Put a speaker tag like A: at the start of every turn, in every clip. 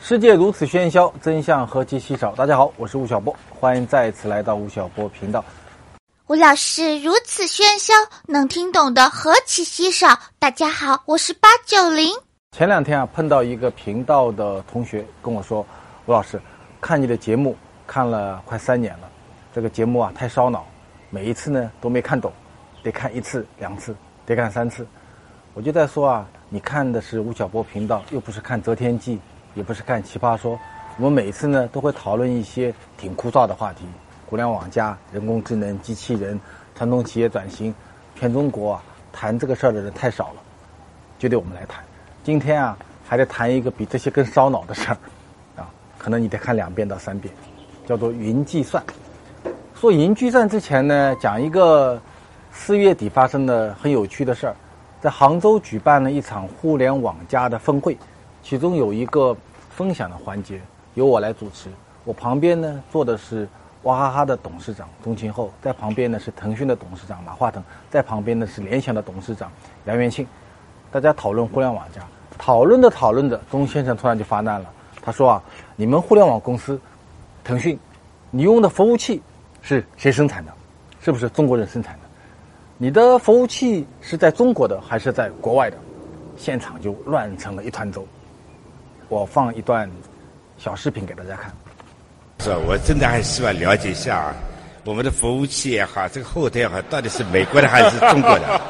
A: 世界如此喧嚣，真相何其稀少。大家好，我是吴晓波，欢迎再次来到吴晓波频道。
B: 吴老师如此喧嚣，能听懂的何其稀少。大家好，我是890。
A: 前两天碰到一个频道的同学跟我说，吴老师，看你的节目看了快3年了，这个节目太烧脑，每一次呢都没看懂，得看1次、2次，得看3次。我就在说你看的是吴晓波频道，又不是看《择天记》，也不是看《奇葩说》，我们每次呢都会讨论一些挺枯燥的话题，互联网加、人工智能、机器人、传统企业转型，全中国谈这个事儿的人太少了，就得我们来谈。今天还得谈一个比这些更烧脑的事儿可能你得看2遍到3遍，叫做云计算。说云计算之前呢，讲一个4月底发生的很有趣的事儿。在杭州举办了一场互联网加的峰会，其中有一个分享的环节由我来主持。我旁边呢坐的是娃哈哈的董事长钟庆后，在旁边呢是腾讯的董事长马化腾，在旁边呢是联想的董事长杨元庆。大家讨论互联网加，讨论着，钟先生突然就发难了。他说你们互联网公司腾讯，你用的服务器是谁生产的？是不是中国人生产的？你的服务器是在中国的还是在国外的？现场就乱成了一团糟。我放一段小视频给大家看。
C: 是，我真的还希望了解一下我们的服务器也好，这个后台也好，到底是美国的还是中国的？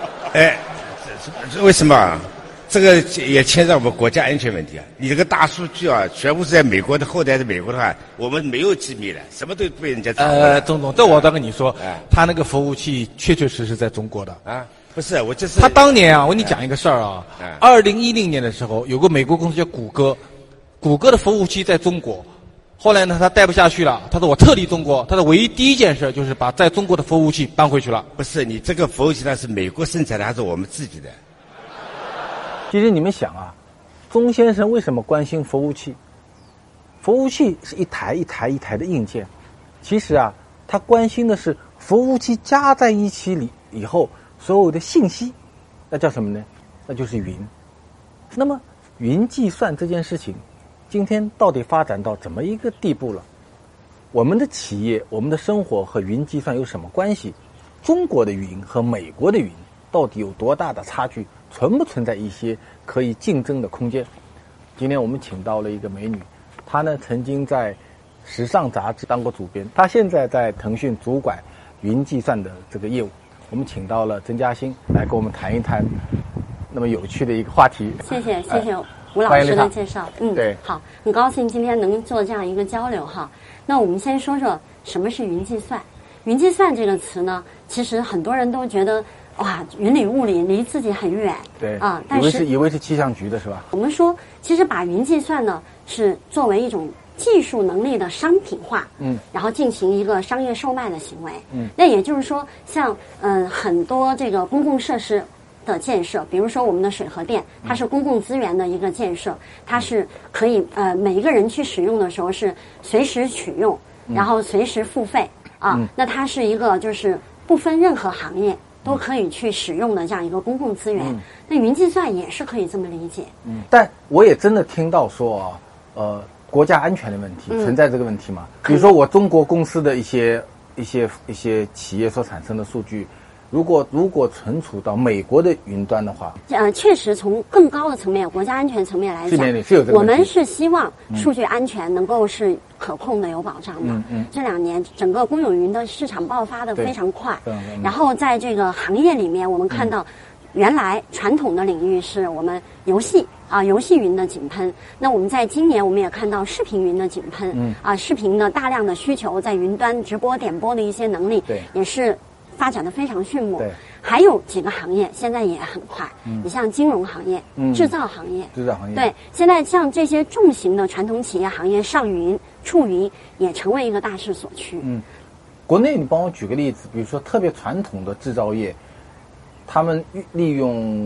C: 为什么？这个也牵涉我们国家安全问题你这个大数据全部是在美国的后台，在美国的话，我们没有机密的，什么都被人家掌握。
D: 钟总，这我倒跟你说，他那个服务器确实在中国的
C: 不是，我就是
D: 他当年我跟你讲一个事儿2010年的时候，有个美国公司叫谷歌，谷歌的服务器在中国。后来呢，他待不下去了，他说我撤离中国，他的唯一第一件事就是把在中国的服务器搬回去了。
C: 不是，你这个服务器是美国生产的还是我们自己的？
A: 其实你们想钟先生为什么关心服务器？服务器是一台一台的硬件，其实他关心的是服务器加在一起以后所有的信息，那叫什么呢？那就是云。那么云计算这件事情今天到底发展到怎么一个地步了？我们的企业、我们的生活和云计算有什么关系？中国的云和美国的云到底有多大的差距？存不存在一些可以竞争的空间？今天我们请到了一个美女，她呢曾经在时尚杂志当过主编，她现在在腾讯主管云计算的这个业务。我们请到了曾嘉欣来跟我们谈一谈那么有趣的一个话题。
E: 谢谢吴老师的介绍。
A: 对，
E: 好，很高兴今天能做这样一个交流那我们先说说什么是云计算。云计算这个词呢，其实很多人都觉得云里雾里，离自己很远。
A: 对
E: 但是
A: 以为是气象局的是吧？
E: 我们说，其实把云计算呢是作为一种技术能力的商品化，然后进行一个商业售卖的行为。那也就是说，像很多这个公共设施的建设，比如说我们的水和电，它是公共资源的一个建设，它是可以每一个人去使用的时候是随时取用，然后随时付费那它是一个就是不分任何行业都可以去使用的这样一个公共资源。那云计算也是可以这么理解。
A: 但我也真的听到说国家安全的问题存在这个问题吗？比如说我中国公司的一些企业所产生的数据，如果存储到美国的云端的话，
E: 确实从更高的层面，国家安全层面来讲，我们是希望数据安全能够是可控的、有保障的。这2年整个公有云的市场爆发的非常快，然后在这个行业里面，我们看到原来传统的领域是我们游戏云的井喷，那我们在今年我们也看到视频云的井喷，视频的大量的需求，在云端直播点播的一些能力，也是发展的非常迅猛。还有几个行业现在也很快，你像金融行业、制造行业，对，现在像这些重型的传统企业行业上云、触云也成为一个大势所趋。
A: 国内你帮我举个例子，比如说特别传统的制造业，他们利用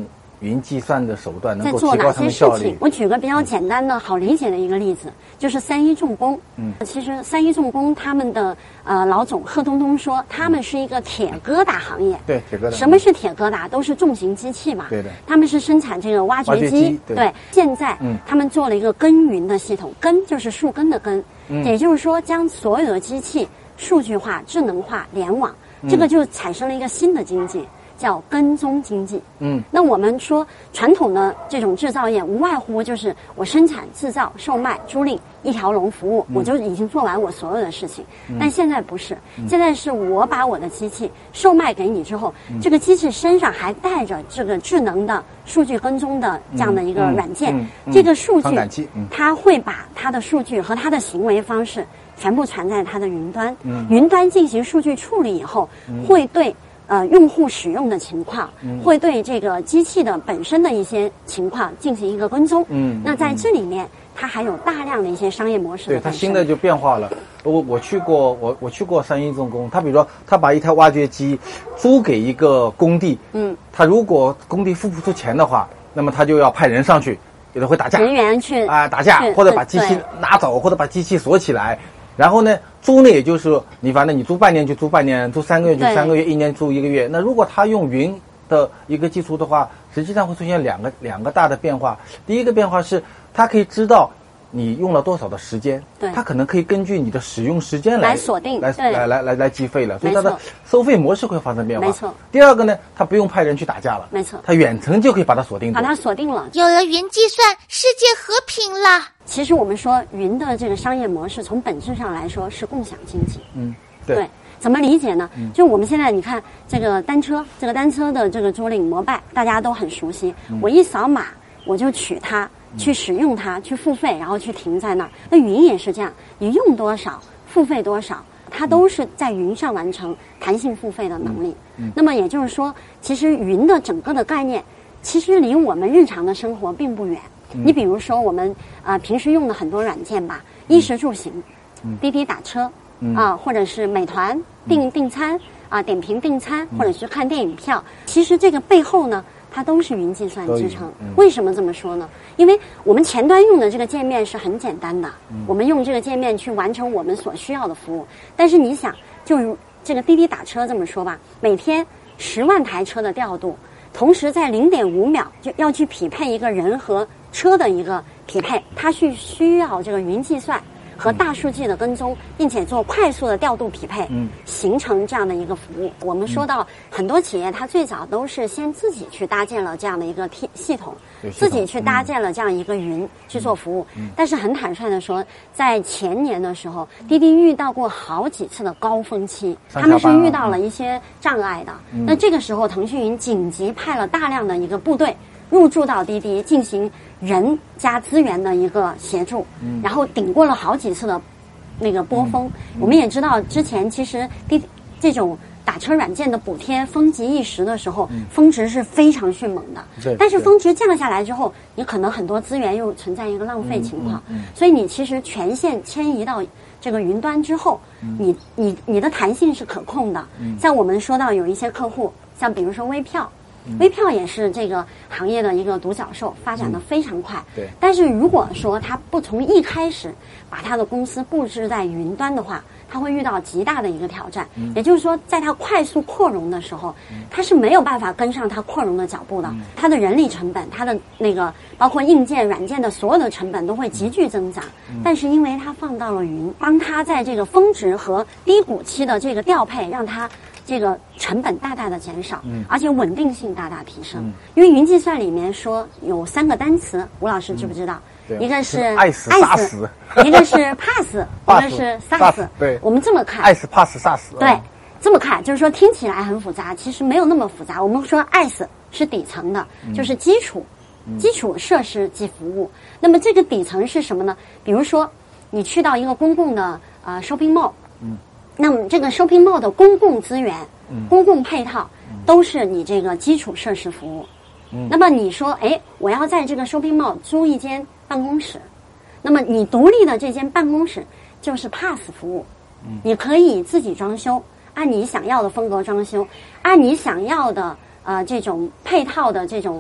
A: 云计算的手段能够提高他们效率？
E: 我举个比较简单的、好理解的一个例子，就是3一重工。其实3一重工他们的老总贺东东说，他们是一个铁疙瘩行业。
A: 对，铁疙瘩。
E: 什么是铁疙瘩？都是重型机器嘛。
A: 对的。
E: 他们是生产这个挖掘机。对。现在他们做了一个根云的系统，根就是树根的根，也就是说将所有的机器数据化、智能化、联网，这个就产生了一个新的经济。叫跟踪经济。那我们说传统的这种制造业无外乎就是我生产、制造、售卖、租赁一条龙服务，我就已经做完我所有的事情。但现在不是，现在是我把我的机器售卖给你之后，这个机器身上还带着这个智能的数据跟踪的这样的一个软件，这个数据它会把它的数据和它的行为方式全部传在它的云端，云端进行数据处理以后，会对用户使用的情况，会对这个机器的本身的一些情况进行一个跟踪。那在这里面，它还有大量的一些商业模式的。
A: 对，它新的就变化了。我去过3一重工，他比如说他把一台挖掘机租给一个工地，他如果工地付不出钱的话，那么他就要派人上去，有的会打架，
E: 人员去
A: 打架，或者把机器拿走，或者把机器锁起来。然后呢，租呢也就是反正你租半年就租半年，租3个月就3个月，1年租1个月。那如果他用云的一个基础的话，实际上会出现两个大的变化。第一个变化是，它可以知道你用了多少的时间，它可能可以根据你的使用时间来
E: 锁定，
A: 来计费了，所以它的收费模式会发生变化。
E: 没错。
A: 第二个呢，它不用派人去打架了，
E: 没错，
A: 它远程就可以把它锁定住，
E: 把它锁定了。
B: 有了云计算，世界和平了。
E: 其实我们说云的这个商业模式，从本质上来说是共享经济。对。怎么理解呢？就我们现在你看这个单车的这个租赁摩拜，大家都很熟悉。我一扫码，我就取它，去使用它，去付费，然后去停在那儿。那云也是这样，你用多少，付费多少，它都是在云上完成弹性付费的能力。那么也就是说，其实云的整个的概念，其实离我们日常的生活并不远。你比如说我们平时用的很多软件吧，衣食住行，滴滴打车或者是美团订餐点评订餐，或者是看电影票，其实这个背后呢，它都是云计算支撑。为什么这么说呢？因为我们前端用的这个界面是很简单的，我们用这个界面去完成我们所需要的服务。但是你想，就如这个滴滴打车这么说吧，每天10万台车的调度，同时在0.5秒就要去匹配一个人和车的一个匹配，它需要这个云计算和大数据的跟踪，并且做快速的调度匹配，形成这样的一个服务。我们说到很多企业，它最早都是先自己去搭建了这样的一个系统，自己去搭建了这样一个云去做服务。但是很坦率的说，在前年的时候，滴滴遇到过好几次的高峰期，他们是遇到了一些障碍的。那这个时候，腾讯云紧急派了大量的一个部队入驻到滴滴，进行人加资源的一个协助，然后顶过了好几次的那个波峰。我们也知道，之前其实这种打车软件的补贴风极一时的时候，峰值是非常迅猛的。但是峰值降下来之后，你可能很多资源又存在一个浪费情况，所以你其实全线迁移到这个云端之后，你的弹性是可控的。像我们说到有一些客户，像比如说微票也是这个行业的一个独角兽，发展的非常快。但是如果说它不从一开始把它的公司布置在云端的话，它会遇到极大的一个挑战。也就是说，在它快速扩容的时候，它是没有办法跟上它扩容的脚步的。它的人力成本，它的那个包括硬件、软件的所有的成本都会急剧增长。但是因为它放到了云，帮它在这个峰值和低谷期的这个调配，让它这个成本大大的减少，而且稳定性大大提升。因为云计算里面说有3个单词，吴老师知不知道？一个是
A: 爱死杀死，
E: 一个是 pass， 一个是 SaaS。对，我们这么看，
A: 爱死 pass SaaS。
E: 对，这么看就是说听起来很复杂，其实没有那么复杂。我们说爱死是底层的，就是基础设施及服务。那么这个底层是什么呢？比如说你去到一个公共的shopping mall，那么这个 shopping mall 的公共资源、公共配套都是你这个基础设施服务。那么你说，我要在这个 shopping mall 租一间办公室，那么你独立的这间办公室就是 PaaS 服务，你可以自己装修，按你想要的风格装修，按你想要的这种配套的这种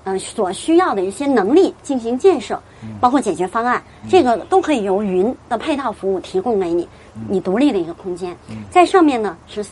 E: 所需要的一些能力进行建设，包括解决方案，这个都可以由云的配套服务提供给你，你独立的一个空间。在上面呢是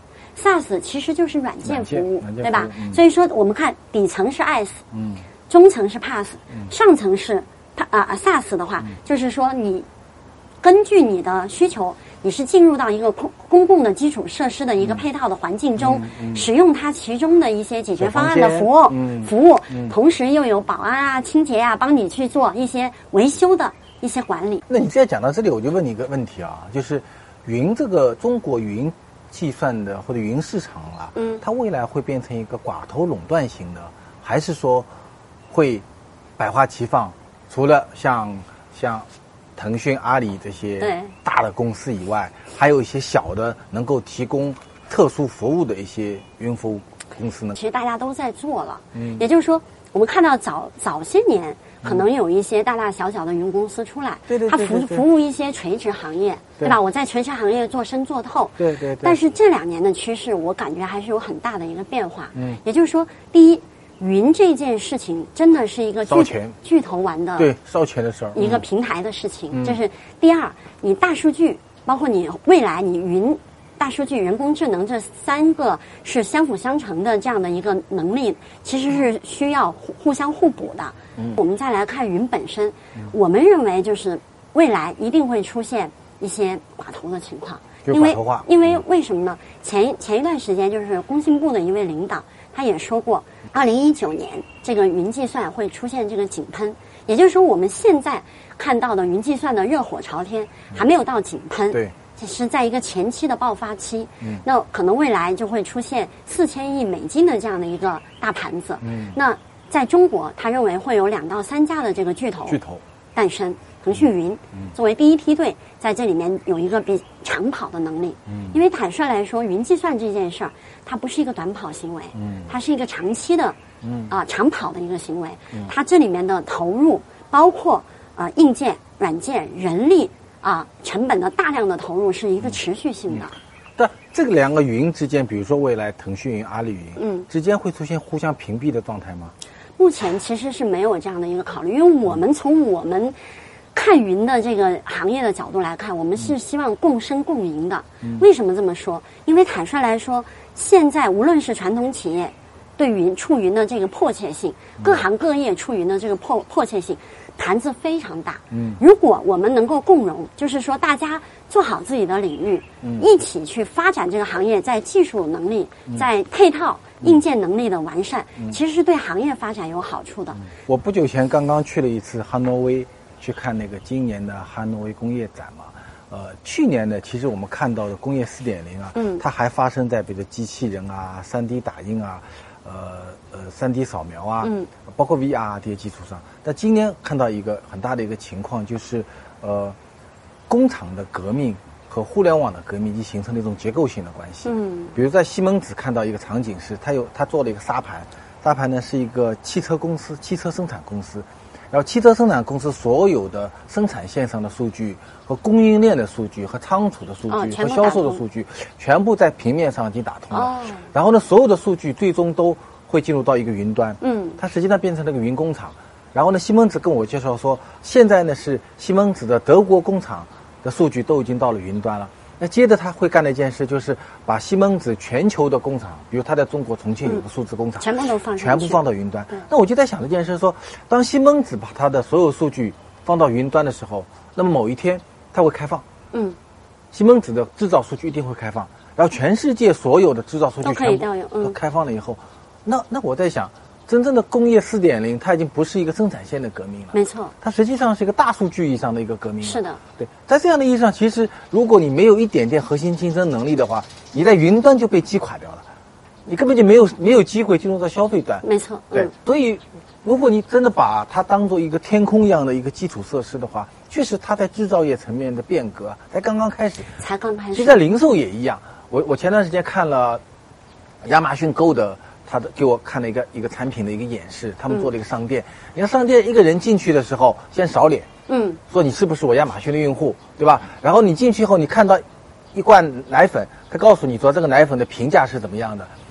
E: SaaS 其实就是软件服务，对吧？所以说我们看底层是 IaaS，中层是 PaaS，上层是SaaS 的话，就是说你根据你的需求，你是进入到一个公共的基础设施的一个配套的环境中，使用它其中的一些解决方案的服务，同时又有保安啊、清洁啊，帮你去做一些维修的一些管理。
A: 那你现在讲到这里，我就问你一个问题啊，就是云这个中国云计算的或者云市场啊，它未来会变成一个寡头垄断型的，还是说会百花齐放？除了像腾讯、阿里这些大的公司以外，还有一些小的能够提供特殊服务的一些云服务公司呢？
E: 其实大家都在做了，也就是说，我们看到早些年可能有一些大大小小的云公司出来，它服务一些垂直行业，对吧？我在垂直行业做深做透，对。但是这2年的趋势，我感觉还是有很大的一个变化。也就是说，第一，云这件事情真的是一个巨头玩的，
A: 对，烧钱的事儿，
E: 一个平台的事情。这是第二，你大数据，包括你未来你云、大数据、人工智能这3个是相辅相成的这样的一个能力，其实是需要互相互补的。我们再来看云本身，我们认为就是未来一定会出现一些寡头的情况，因为为什么呢？前一段时间就是工信部的一位领导他也说过，2019年这个云计算会出现这个井喷，也就是说我们现在看到的云计算的热火朝天还没有到井喷，对，只是在一个前期的爆发期。那可能未来就会出现4000亿美金的这样的一个大盘子。那在中国，他认为会有2到3家的这个巨头诞生。腾讯云作为第一梯队，在这里面有一个比长跑的能力。因为坦率来说，云计算这件事儿，它不是一个短跑行为，它是一个长期的长跑的一个行为。它这里面的投入，包括硬件、软件、人力成本的大量的投入，是一个持续性的。
A: 但这个2个云之间，比如说未来腾讯云、阿里云，之间会出现互相屏蔽的状态吗？
E: 目前其实是没有这样的一个考虑，因为我们从我们看云的这个行业的角度来看，我们是希望共生共赢的。为什么这么说？因为坦率来说，现在无论是传统企业对触云的这个迫切性，各行各业触云的这个迫切性，盘子非常大。如果我们能够共融，就是说大家做好自己的领域，一起去发展这个行业，在技术能力、在配套硬件能力的完善，其实是对行业发展有好处的。
A: 我不久前刚刚去了一次汉诺威，去看那个今年的汉诺威工业展嘛。去年呢，其实我们看到的工业4.0啊，它还发生在比如机器人啊、3D 打印啊、3D 扫描啊，包括 VR 这些基础上。但今年看到一个很大的一个情况，就是工厂的革命和互联网的革命已经形成了一种结构性的关系。比如在西门子看到一个场景是，他做了一个沙盘呢是一个汽车生产公司。然后汽车生产公司所有的生产线上的数据和供应链的数据和仓储的数据和销售的数据，全部在平面上已经打通了。然后呢，所有的数据最终都会进入到一个云端。它实际上变成了个云工厂。然后呢，西门子跟我介绍说，现在呢是西门子的德国工厂的数据都已经到了云端了。那接着他会干的一件事，就是把西门子全球的工厂，比如他在中国重庆有个数字工厂，全部放到云端。那我就在想这件事说，当西门子把他的所有数据放到云端的时候，那么某一天它会开放。西门子的制造数据一定会开放，然后全世界所有的制造数据全部都开放了以后，那我在想，真正的工业4.0，它已经不是一个生产线的革命了，
E: 没错，
A: 它实际上是一个大数据意义上的一个革命了。
E: 是的，
A: 对，在这样的意义上，其实如果你没有一点点核心竞争能力的话，你在云端就被击垮掉了，你根本就没有机会进入到消费端。
E: 没错，
A: 对，所以如果你真的把它当做一个天空一样的一个基础设施的话，确实它在制造业层面的变革才刚刚开始。其实在零售也一样，我前段时间看了亚马逊 Go 的。他给我看了一个产品的一个演示，他们做了一个商店。你看商店一个人进去的时候，先扫脸，说你是不是我亚马逊的用户，对吧？然后你进去后，你看到一罐奶粉，他告诉你说这个奶粉的评价是怎么样的。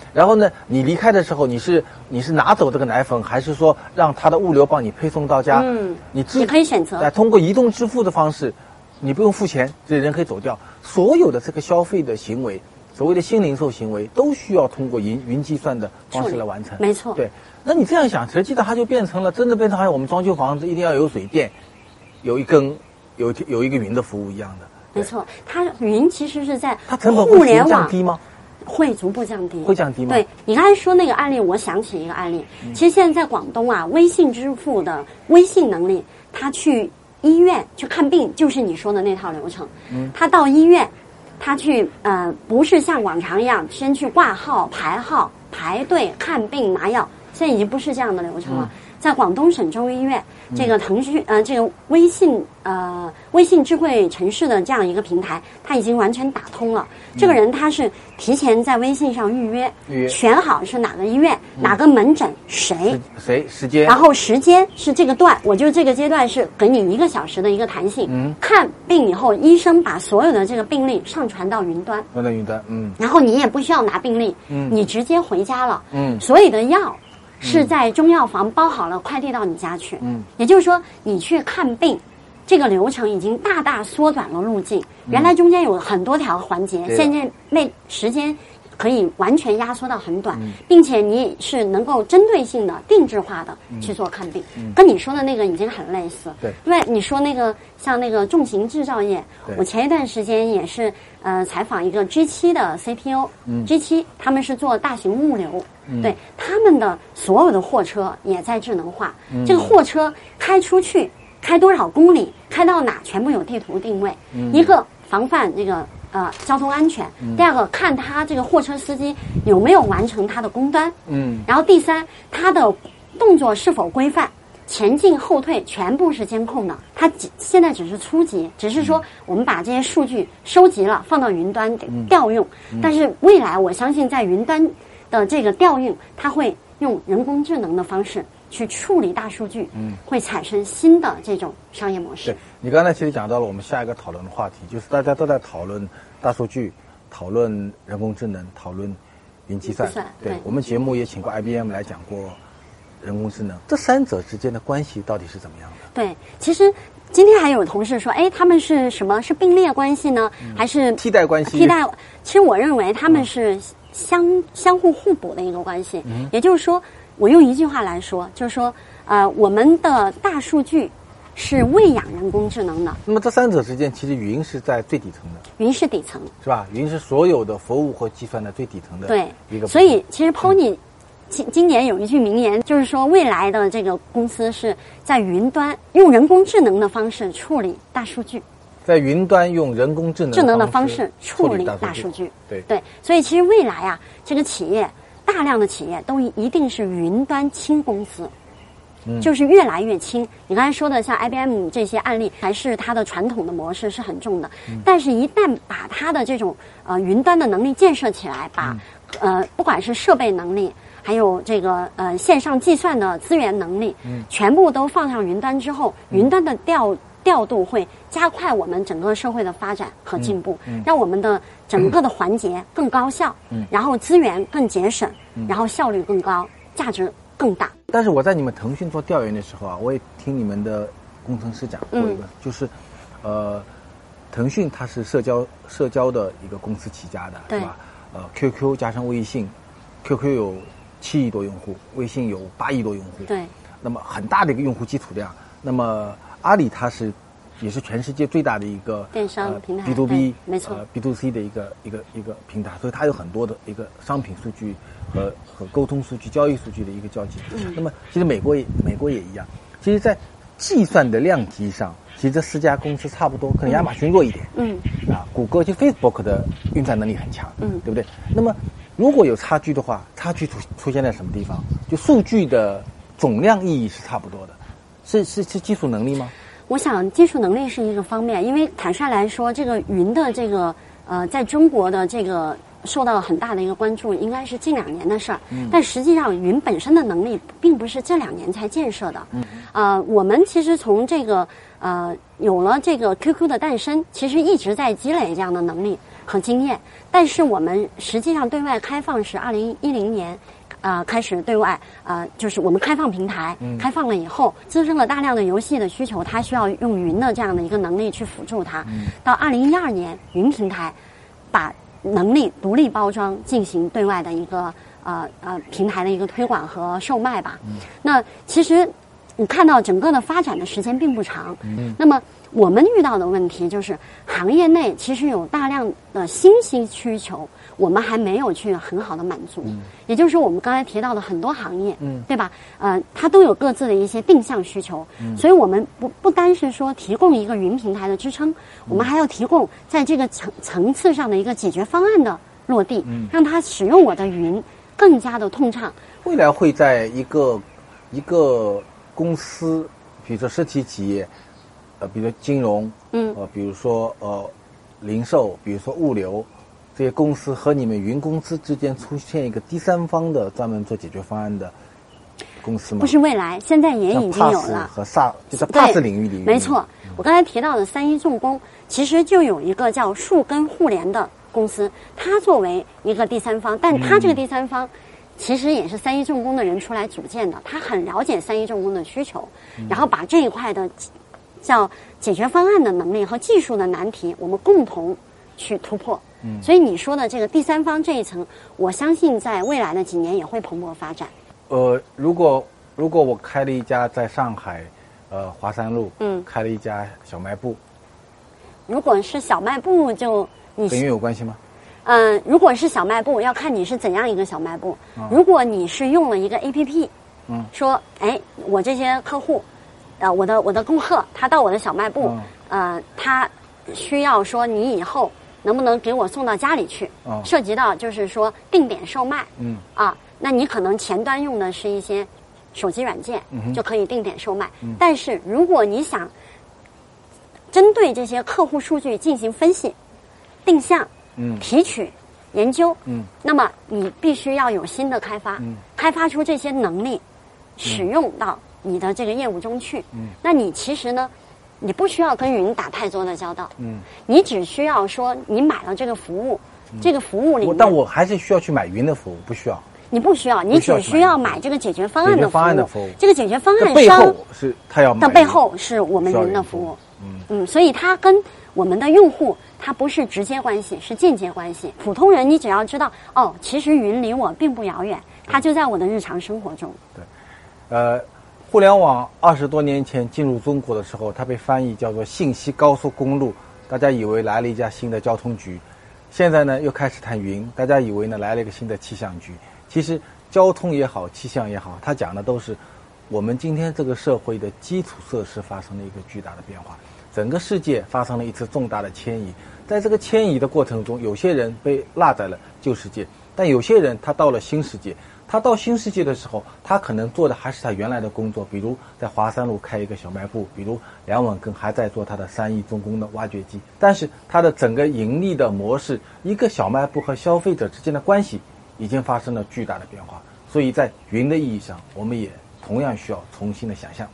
A: 然后呢，你离开的时候，你是拿走这个奶粉，还是说让他的物流帮你配送到家？
E: 你可以选择。
A: 通过移动支付的方式，你不用付钱，这人可以走掉。所有的这个消费的行为，所谓的新零售行为，都需要通过云计算的方式来完成。
E: 没错。
A: 对，那你这样想，实际上它就变成了真的变成好像我们装修房子一定要有水电，有一个云的服务一样的。
E: 没错，它云其实是在
A: 它成本
E: 互联网
A: 降低吗？
E: 会逐步降低。
A: 会降低吗？
E: 对，你刚才说那个案例，我想起一个案例。其实现在在广东啊，微信支付的微信能力，他去医院去看病，就是你说的那套流程。他到医院，他去不是像往常一样先去挂号、排队看病拿药，现在已经不是这样的流程了。在广东省州医院，这个这个微信智慧城市的这样一个平台，它已经完全打通了。这个人他是提前在微信上预约，选好是哪个医院、哪个门诊、谁
A: 时间，
E: 然后时间是这个段，我就这个阶段是给你1个小时的一个弹性。看病以后，医生把所有的这个病历上传到云端，然后你也不需要拿病历，你直接回家了。所有的药是在中药房包好了，快递到你家去。也就是说，你去看病，这个流程已经大大缩短了路径。原来中间有很多条环节，现在时间可以完全压缩到很短，并且你是能够针对性的、定制化的去做看病，跟你说的那个已经很类似。
A: 对，
E: 因为你说那个像那个重型制造业，我前一段时间也是采访一个 G7 的 CTO，G7 他们是做大型物流。对，他们的所有的货车也在智能化。这个货车开出去，开多少公里，开到哪，全部有地图定位。一个防范这个交通安全，第二个看他这个货车司机有没有完成他的工单。然后第三，他的动作是否规范，前进后退全部是监控的。它现在只是初级，只是说我们把这些数据收集了，放到云端调用。但是未来我相信在云端的这个调用，它会用人工智能的方式去处理大数据，会产生新的这种商业模式。
A: 对，你刚才其实讲到了我们下一个讨论的话题，就是大家都在讨论大数据，讨论人工智能，讨论云计算。对，我们节目也请过 IBM 来讲过人工智能，这三者之间的关系到底是怎么样的？
E: 对，其实今天还有同事说，他们是什么？是并列关系呢，还是
A: 替代关系？
E: 其实我认为他们是相互互补的一个关系。也就是说，我用一句话来说，就是说，我们的大数据是喂养人工智能的。
A: 那么这三者之间，其实云是在最底层的。
E: 云是底层，
A: 是吧？云是所有的服务和计算的最底层的一个。
E: 所以其实 Pony今年有一句名言，就是说未来的这个公司是在云端用人工智能的方式处理大数据。
A: 在云端用人工智能
E: 的方式处理大数据。
A: 对，
E: 所以其实未来啊，这个大量的企业都一定是云端轻公司。就是越来越轻。你刚才说的像 IBM 这些案例，还是它的传统的模式是很重的。但是，一旦把它的这种云端的能力建设起来，把不管是设备能力，还有这个线上计算的资源能力，全部都放上云端之后，云端的调度会加快我们整个社会的发展和进步，让我们的整个的环节更高效，然后资源更节省，然后效率更高，价值更大。
A: 但是我在你们腾讯做调研的时候啊，我也听你们的工程师讲过一个，就是腾讯它是社交的一个公司起家的，是吧？QQ 加上微信 ，QQ 有7亿多用户，微信有8亿多用户，
E: 对，
A: 那么很大的一个用户基础量。那么阿里它也是全世界最大的一个
E: 电商平台
A: ，B2B
E: 没错
A: ，B2C 的一个平台，所以它有很多的一个商品数据和沟通数据、交易数据的一个交集。那么其实美国也一样，其实在计算的量级上，其实这4家公司差不多，可能亚马逊弱一点，谷歌就 Facebook 的运算能力很强，对不对？那么如果有差距的话，差距出现在什么地方？就数据的总量意义是差不多的，是技术能力吗？
E: 我想技术能力是一个方面，因为坦率来说，这个云的这个在中国的这个受到很大的一个关注，应该是近2年的事儿。但实际上，云本身的能力并不是这2年才建设的。我们其实从这个有了这个 QQ 的诞生，其实一直在积累这样的能力。 和经验。但是我们实际上对外开放是2010年。开始对外就是我们开放平台，开放了以后，滋生了大量的游戏的需求，它需要用云的这样的一个能力去辅助它。到2012年，云平台把能力独立包装，进行对外的一个平台的一个推广和售卖吧。那其实你看到整个的发展的时间并不长。那么我们遇到的问题就是，行业内其实有大量的新兴需求，我们还没有去很好的满足。也就是说，我们刚才提到的很多行业，对吧？它都有各自的一些定向需求。所以我们不单是说提供一个云平台的支撑，我们还要提供在这个层次上的一个解决方案的落地，让它使用我的云更加的通畅。
A: 未来会在一个公司，比如说实体企业，比如说金融，比如说零售，比如说物流，这些公司和你们云公司之间出现一个第三方的专门做解决方案的公司吗？
E: 不是未来，现在也已经有了。
A: 和就在 PaaS 领域里面。
E: 没错，我刚才提到的31重工，其实就有一个叫树根互联的公司，它作为一个第三方，但它这个第三方其实也是31重工的人出来组建的，他很了解31重工的需求，然后把这一块的叫解决方案的能力和技术的难题，我们共同去突破。所以你说的这个第三方这一层，我相信在未来的几年也会蓬勃发展。
A: 如果我开了一家在上海，华山路，开了一家小卖部，
E: 如果是小卖部，就你
A: 跟云有关系吗？
E: 如果是小卖部，要看你是怎样一个小卖部。如果你是用了一个 APP，说，我这些客户，我的顾客，他到我的小卖部，他需要说你以后能不能给我送到家里去？涉及到就是说定点售卖，那你可能前端用的是一些手机软件，就可以定点售卖。但是如果你想针对这些客户数据进行分析、定向、提取、研究，那么你必须要有新的开发，开发出这些能力，使用到你的这个业务中去。那你其实呢，你不需要跟云打太多的交道，你只需要说你买了这个服务，这个服务里面，
A: 但我还是需要去买云的服务，不需要。
E: 你不需要，你只需要买这个解决方案的服务。这个解决方案
A: 背后是他要买
E: 的背后是我们云的服务。所以它跟我们的用户它不是直接关系，是间接关系。普通人你只要知道，其实云离我并不遥远，它就在我的日常生活中。
A: 对，互联网20多年前进入中国的时候，它被翻译叫做信息高速公路，大家以为来了一家新的交通局。现在呢，又开始谈云，大家以为呢来了一个新的气象局。其实交通也好，气象也好，它讲的都是我们今天这个社会的基础设施发生了一个巨大的变化，整个世界发生了一次重大的迁移。在这个迁移的过程中，有些人被落在了旧世界，但有些人他到了新世界。他到新世界的时候，他可能做的还是他原来的工作，比如在华山路开一个小卖部，比如梁文根还在做他的31重工的挖掘机。但是他的整个盈利的模式，一个小卖部和消费者之间的关系已经发生了巨大的变化。所以在云的意义上，我们也同样需要重新的想象。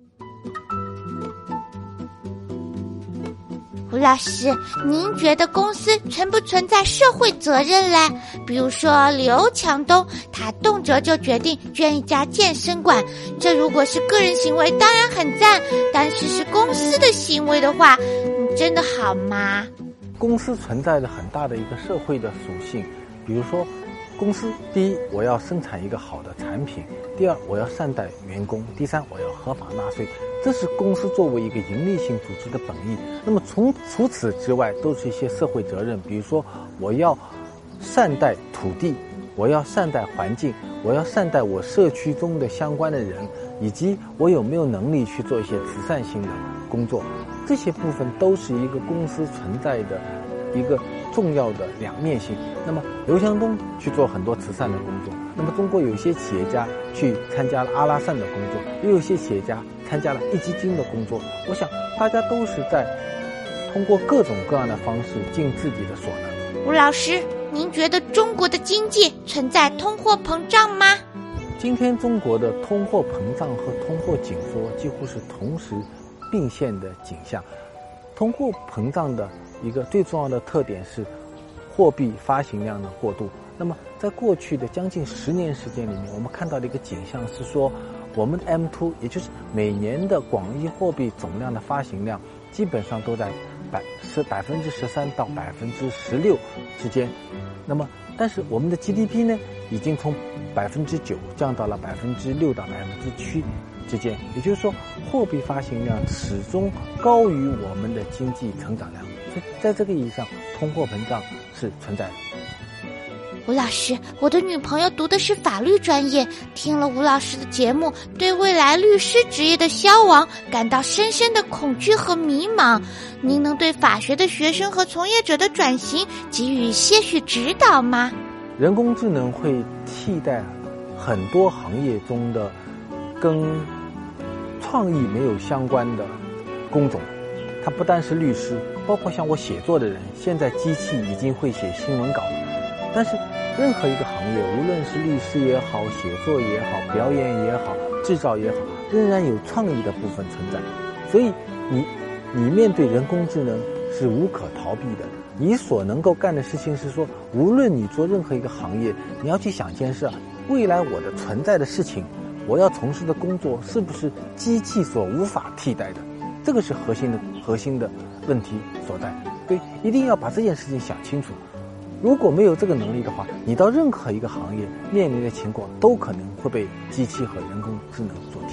B: 吴老师，您觉得公司存不存在社会责任嘞？比如说刘强东，他动辄就决定捐一家健身馆，这如果是个人行为当然很赞，但是公司的行为的话，你真的好吗？
A: 公司存在着很大的一个社会的属性，比如说公司，第一，我要生产一个好的产品；第二，我要善待员工；第三，我要合法纳税。这是公司作为一个盈利性组织的本意。那么除此之外，都是一些社会责任，比如说我要善待土地，我要善待环境，我要善待我社区中的相关的人，以及我有没有能力去做一些慈善性的工作。这些部分都是一个公司存在的一个重要的两面性。那么刘强东去做很多慈善的工作，那么中国有一些企业家去参加了阿拉善的工作，也有一些企业家参加了壹基金的工作。我想大家都是在通过各种各样的方式尽自己的所能。
B: 吴老师，您觉得中国的经济存在通货膨胀吗？
A: 今天中国的通货膨胀和通货紧缩几乎是同时并线的景象。通货膨胀的一个最重要的特点是货币发行量的过渡。那么在过去的将近10年时间里面，我们看到的一个景象是说，我们的 M2， 也就是每年的广义货币总量的发行量，基本上都在13%到16%之间。那么，但是我们的 GDP 呢，已经从9%降到了6%到7%之间。也就是说，货币发行量始终高于我们的经济成长量。在这个意义上，通货膨胀是存在的。
B: 吴老师，我的女朋友读的是法律专业，听了吴老师的节目，对未来律师职业的消亡感到深深的恐惧和迷茫。您能对法学的学生和从业者的转型给予些许指导吗？
A: 人工智能会替代很多行业中的跟创意没有相关的工种，它不单是律师，包括像我写作的人，现在机器已经会写新闻稿了。但是任何一个行业，无论是律师也好，写作也好，表演也好，制造也好，仍然有创意的部分存在。所以你面对人工智能是无可逃避的。你所能够干的事情是说，无论你做任何一个行业，你要去想一件事，未来我的存在的事情，我要从事的工作是不是机器所无法替代的，这个是核心的问题所在。所以一定要把这件事情想清楚。如果没有这个能力的话，你到任何一个行业面临的情况都可能会被机器和人工智能所